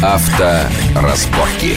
Авторазборки.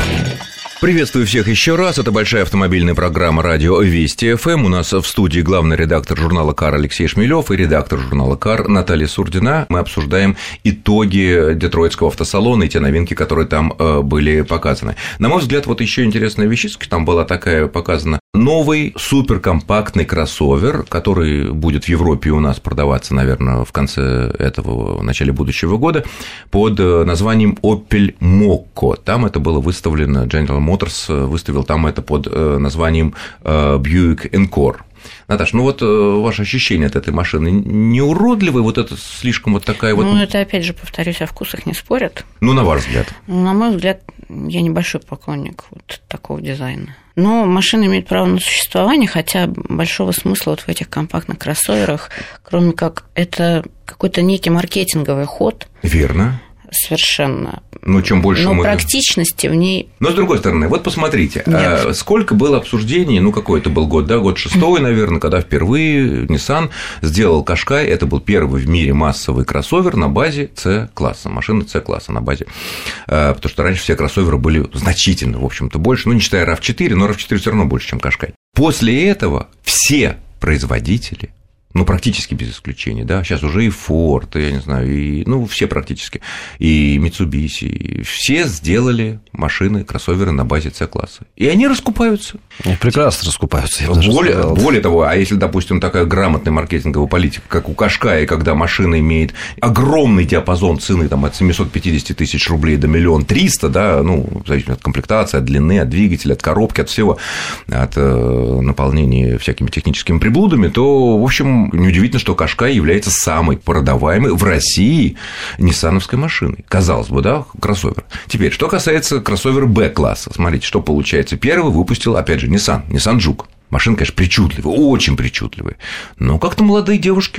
Приветствую всех еще раз. Это большая автомобильная программа «Радио Вести ФМ». У нас в студии главный редактор журнала «Кар» Алексей Шмелев и редактор журнала «Кар» Наталья Сурдина. Мы обсуждаем итоги Детройтского автосалона и те новинки, которые там были показаны. На мой взгляд, вот еще интересная вещичка. Там была такая показана. Новый суперкомпактный кроссовер, который будет в Европе у нас продаваться, наверное, в конце этого, в начале будущего года, под названием Opel Mokka. Там это было выставлено, General Motors выставил там это под названием Buick Encore. Наташ, ну вот ваше ощущение от этой машины не уродливое, вот это слишком вот такая вот… Ну, это, опять же, повторюсь, о вкусах не спорят. Ну, на ваш взгляд? На мой взгляд, я небольшой поклонник вот такого дизайна. Но машина имеет право на существование, хотя большого смысла вот в этих компактных кроссоверах, кроме как это какой-то некий маркетинговый ход. Верно. Совершенно. Но чем больше но практичности в ней… Но, с другой стороны, вот посмотрите, сколько было обсуждений, ну, какой это был год, да, год 6-й, наверное, когда впервые Nissan сделал Qashqai, это был первый в мире массовый кроссовер на базе C-класса, машины C-класса на базе, потому что раньше все кроссоверы были значительно, в общем-то, больше, ну, не считая RAV4, но RAV4 все равно больше, чем Qashqai. После этого все производители, ну, практически без исключения, да, сейчас уже и Ford, я не знаю, и, ну, все практически, и Mitsubishi, и все сделали машины, кроссоверы на базе C-класса, и они раскупаются. И прекрасно раскупаются, я бы даже сказал. Более того, а если, допустим, такая грамотная маркетинговая политика, как у Qashqai, когда машина имеет огромный диапазон цены, там, от 750 тысяч рублей до 1 300 000, да, ну, в зависимости от комплектации, от длины, от двигателя, от коробки, от всего, от наполнения всякими техническими приблудами, то, в общем, неудивительно, что Qashqai является самой продаваемой в России ниссановской машиной. Казалось бы, да, кроссовер. Теперь, что касается кроссовера Б-класса, смотрите, что получается. Первый выпустил, опять же, Nissan Juke. Машина, конечно, причудливая, очень причудливая. Но как-то молодые девушки…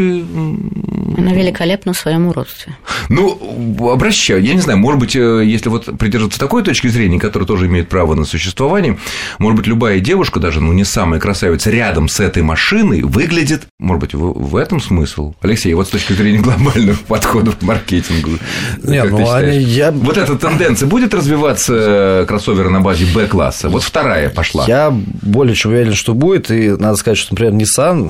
Она великолепна в своем уродстве. Ну, обращаю, я не знаю, может быть, если вот придерживаться такой точки зрения, которая тоже имеет право на существование, может быть, любая девушка, даже, ну, не самая красавица, рядом с этой машиной выглядит, может быть, в этом смысл? Алексей, вот с точки зрения глобальных подходов к маркетингу, нет, ну, вот эта тенденция будет развиваться кроссоверы на базе Б-класса? Вот вторая пошла. Я более чем уверен, что будет, и надо сказать, что, например, Nissan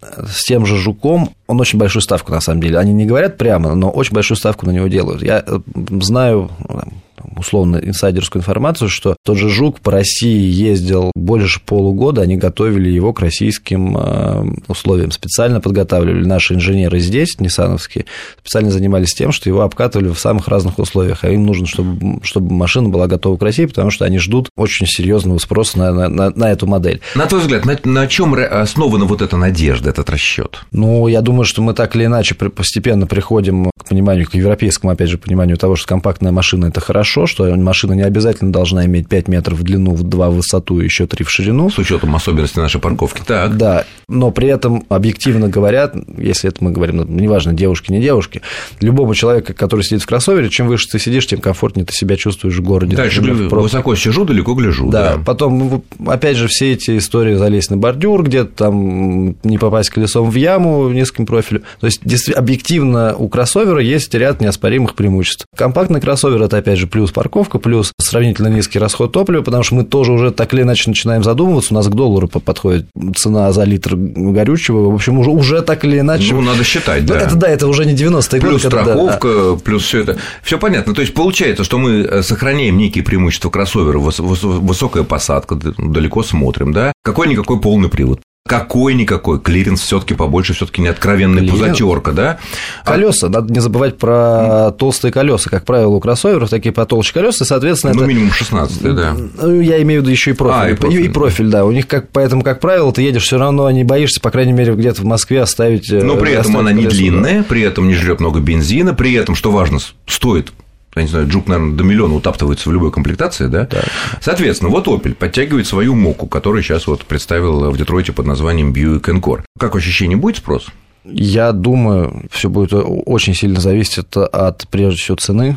с тем же Жуком, он очень большую ставку, на самом деле, они не говорят прямо, но очень большую ставку на него делают. Я знаю условно инсайдерскую информацию, что тот же Жук по России ездил больше полугода, они готовили его к российским условиям, специально подготавливали. Наши инженеры здесь, ниссановские, специально занимались тем, что его обкатывали в самых разных условиях, а им нужно, чтобы машина была готова к России, потому что они ждут очень серьезного спроса на эту модель. На твой взгляд, на чем основана вот эта надежда, этот расчет? Ну, я думаю, что мы так или иначе постепенно приходим к пониманию, к европейскому, опять же, пониманию того, что компактная машина – это хорошо, что машина не обязательно должна иметь 5 метров в длину, 2 в высоту и еще 3 в ширину. С учетом особенностей нашей парковки, так. Да, но при этом, объективно говоря, если это мы говорим, неважно, девушки, не девушки, любому человеку, который сидит в кроссовере, чем выше ты сидишь, тем комфортнее ты себя чувствуешь в городе. Дальше высоко сижу, далеко гляжу. Да, потом, опять же, все эти истории залезть на бордюр, где-то там не попасть колесом в яму низким профилем. То есть, объективно, у кроссовера есть ряд неоспоримых преимуществ. Компактный кроссовер – это, опять же, плюс парковка, плюс сравнительно низкий расход топлива, потому что мы тоже уже так или иначе начинаем задумываться, у нас к доллару подходит цена за литр горючего, в общем, уже так или иначе… Ну, надо считать, да. Это уже не 90-е годы. Плюс страховка, плюс все это. Все понятно. То есть, получается, что мы сохраняем некие преимущества кроссовера, высокая посадка, далеко смотрим, да, какой-никакой полный привод. Какой-никакой клиренс все-таки побольше, все-таки не откровенная пузатерка, да? Колеса, надо не забывать про толстые колеса. Как правило, у кроссоверов такие потолще колеса, и, соответственно, ну, минимум 16, да. Я имею в виду еще и профиль. И профиль, да. У них, поэтому, как правило, ты едешь все равно, не боишься, по крайней мере, где-то в Москве оставить. Но при этом она не длинная, при этом не жрет много бензина, при этом, что важно, стоит. Я не знаю, Juke, наверное, до 1 000 000 утаптывается в любой комплектации, да? Да. Соответственно, вот Opel подтягивает свою Mokka, которую сейчас вот представил в Детройте под названием Buick Encore. Как ощущение, будет спрос? Я думаю, все будет очень сильно зависеть от, прежде всего, цены.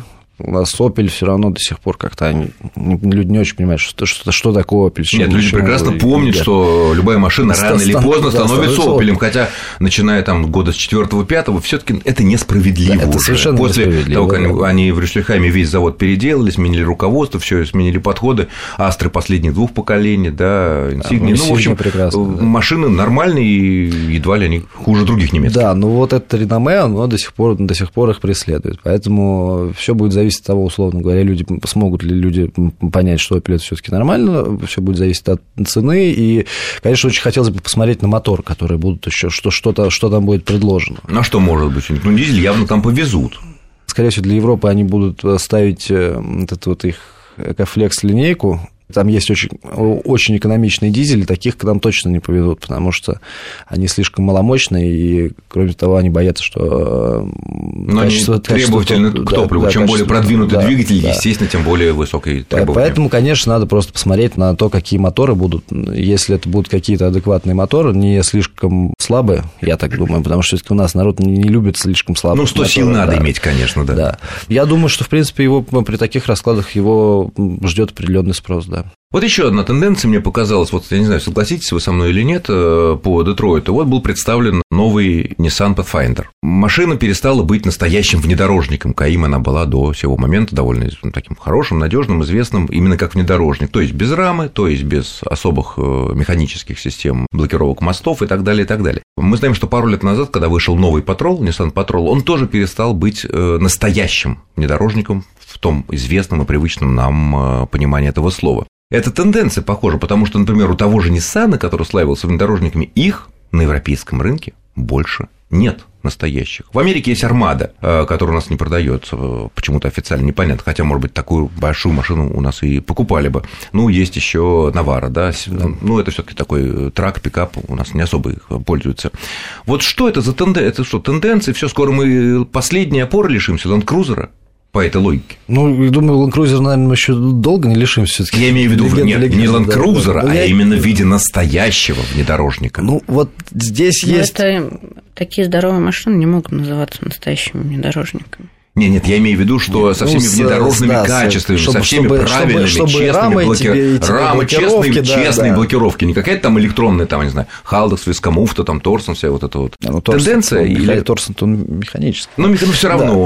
У нас Opel все равно до сих пор как-то люди не очень понимают, что такое Opel. Нет, люди прекрасно помнят, что любая машина рано или поздно становится Opel, хотя, начиная там года с 4-5, все-таки это несправедливо. Это совершенно после несправедливо. Того, как они в Рюссельхайме весь завод переделали, сменили руководство, все сменили подходы, Астры последних 2 поколений, да, Insignia. В общем, машины нормальные, и едва ли они хуже других немецких. Да, но вот это реноме, оно до сих пор их преследует. Поэтому все будет зависеть от того, условно говоря, смогут ли люди понять, что Opel это все-таки нормально, все будет зависеть от цены. И, конечно, очень хотелось бы посмотреть на мотор, который будут еще, что там будет предложено. А что может быть? Ну, дизель явно там повезут. Скорее всего, для Европы они будут ставить вот эту их Экофлекс-линейку. Там есть очень экономичные дизели, таких к нам точно не повезут, потому что они слишком маломощные, и, кроме того, они боятся, что качество требовательны к топливу. Чем более продвинутый двигатель, естественно, тем более высокой требовательности. Поэтому, конечно, надо просто посмотреть на то, какие моторы будут. Если это будут какие-то адекватные моторы, не слишком слабые, я так думаю, потому что все-таки у нас народ не любит слишком слабые. 100 сил надо иметь, конечно, да. Я думаю, что, в принципе, при таких раскладах его ждет определенный спрос, да. Вот еще одна тенденция мне показалась, вот я не знаю, согласитесь вы со мной или нет, по Детройту. Вот был представлен новый Nissan Pathfinder. Машина перестала быть настоящим внедорожником, каким она была до сего момента, довольно таким хорошим, надежным, известным, именно как внедорожник. То есть без рамы, то есть без особых механических систем блокировок мостов и так далее, и так далее. Мы знаем, что пару лет назад, когда вышел новый Patrol, Nissan Patrol, он тоже перестал быть настоящим внедорожником в том известном и привычном нам понимании этого слова. Эта тенденция похожа, потому что, например, у того же Ниссана, который славился внедорожниками, их на европейском рынке больше нет настоящих. В Америке есть Армада, которая у нас не продается, почему-то официально непонятно, хотя, может быть, такую большую машину у нас и покупали бы. Ну, есть еще Навара, да, ну, это все-таки такой трак, пикап, у нас не особо их пользуются. Вот что это за тенденция? Это что, тенденция? Все, скоро мы последней опоры лишимся Ленд-Крузера? По этой логике. Ну, я думаю, Land Cruiser, наверное, еще долго не лишимся все-таки. Я имею в виду не Land Cruiser, а именно в виде настоящего внедорожника. Ну, вот здесь есть... Такие здоровые машины не могут называться настоящими внедорожниками. Нет, я имею в виду, что со всеми внедорожными качествами, со всеми правильными, честными рамы, честные блокировки, не какая-то там электронная, там, не знаю, Халдекс, Вискомуфта, там, Торсон, вся вот эта вот тенденция. Или Торсон-то он механический. Ну, все равно,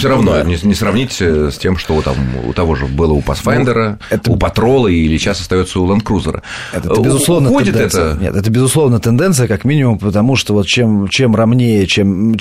не сравните с тем, что там у того же было у Pathfinder, у Патрола или сейчас остается у Land Cruiser. Это безусловно тенденция. Нет, это безусловно тенденция, как минимум, потому что вот чем ромнее, чем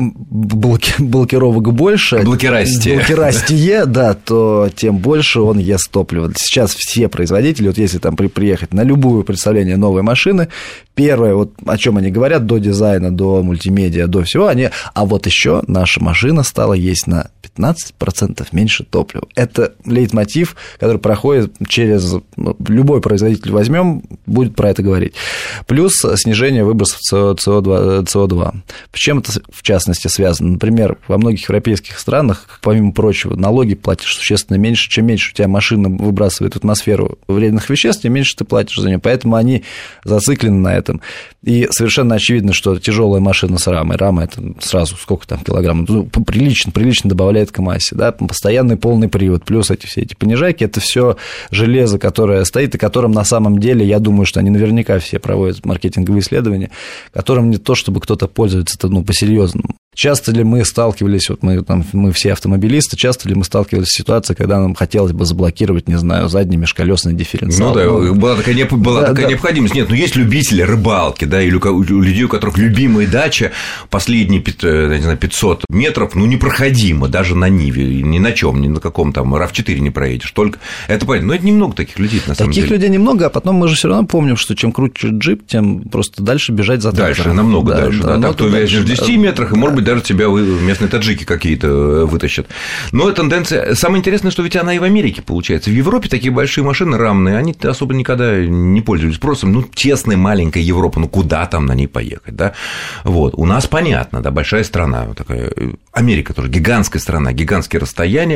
блокировок больше, блокирастие, да, то тем больше он ест топливо. Сейчас все производители, вот если там приехать на любое представление новой машины, первое, вот о чем они говорят, до дизайна, до мультимедиа, до всего, а вот еще наша машина стала есть на 15% меньше топлива. Это лейтмотив, который проходит через любой производитель возьмем, будет про это говорить. Плюс снижение выбросов СО2. С чем это в частности связано? Например, во многих европейских странах, помимо прочего, налоги платишь существенно меньше. Чем меньше у тебя машина выбрасывает в атмосферу вредных веществ, тем меньше ты платишь за нее. Поэтому они зациклены на этом. И совершенно очевидно, что тяжелая машина с рамой, рама это сразу сколько там килограммов, прилично добавляет к массе, да, постоянный полный привод, плюс все эти понижайки, это все железо, которое стоит, и которым на самом деле, я думаю, что они наверняка все проводят маркетинговые исследования, которым не то, чтобы кто-то пользуется, это, по-серьезному. Часто ли мы сталкивались, вот мы все автомобилисты, часто ли мы сталкивались с ситуацией, когда нам хотелось бы заблокировать, не знаю, задний межколесный дифференциал? Ну да, была такая необходимость. Нет, есть любители рыбалки, да, или у людей, у которых любимая дача, последние, 500 метров, непроходимо, даже на Ниве, ни на чем, ни на каком там RAV4 не проедешь, только это понятно. Но это немного таких людей, на самом деле. Таких людей немного, а потом мы же все равно помним, что чем круче джип, тем просто дальше бежать за трактором. Дальше, намного дальше, да. Так ты вяжешь в 10 метрах, и, может быть, даже тебя местные таджики какие-то вытащат. Но тенденция... Самое интересное, что ведь она и в Америке получается. В Европе такие большие машины рамные, они особо никогда не пользовались спросом. Тесная маленькая Европа, куда там на ней поехать, да? Вот. У нас понятно, да, большая страна, такая... Америка тоже гигантская страна, гигантские расстояния,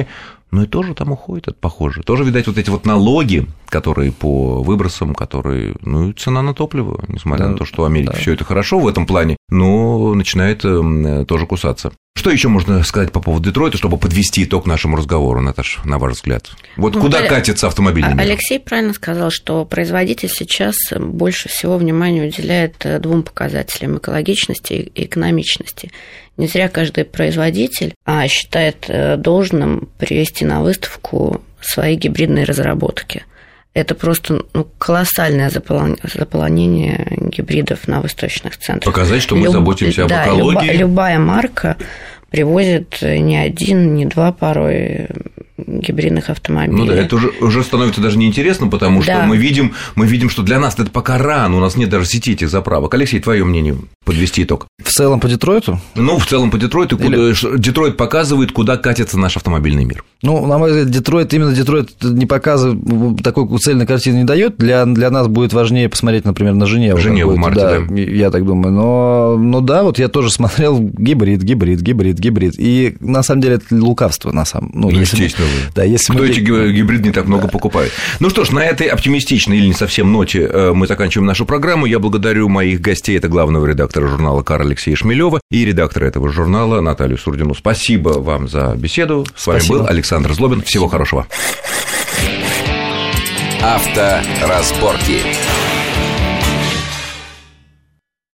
Ну и тоже там уходит, это похоже. Тоже, видать, вот эти вот налоги, которые по выбросам, которые, ну, и цена на топливо, несмотря на то, что в Америке все это хорошо в этом плане, но начинает тоже кусаться. Что еще можно сказать по поводу Детройта, чтобы подвести итог нашему разговору, Наташа, на ваш взгляд? Вот куда катится автомобильный мир? Алексей правильно сказал, что производитель сейчас больше всего внимания уделяет двум показателям – экологичности и экономичности. Не зря каждый производитель считает должным привести на выставку свои гибридные разработки. Это просто колоссальное заполонение гибридов на выставочных центрах. Показать, что мы заботимся об экологии. Любая марка привозит не один, не два порой гибридных автомобилей. Ну да, это уже становится даже неинтересно, потому что мы видим, что для нас это пока рано, у нас нет даже сети этих заправок. Алексей, твое мнение, подвести итог? В целом по Детройту? Ну, в целом по Детройту. Детройт показывает, куда катится наш автомобильный мир. Ну, на мой взгляд, Детройт не показывает, такой цельной картины не дает. Для нас будет важнее посмотреть, например, на Женеву. В марте, да. Я так думаю. Но да, вот я тоже смотрел гибрид. И на самом деле это лукавство, естественно. Да, кто эти гибриды не так много покупает. Ну что ж, на этой оптимистичной или не совсем ноте мы заканчиваем нашу программу. Я благодарю моих гостей. Это главного редактора журнала «Кар» Алексея Шмелева и редактора этого журнала Наталью Сурдину. Спасибо вам за беседу. С вами был Александр Злобин. Всего хорошего. Авторазборки.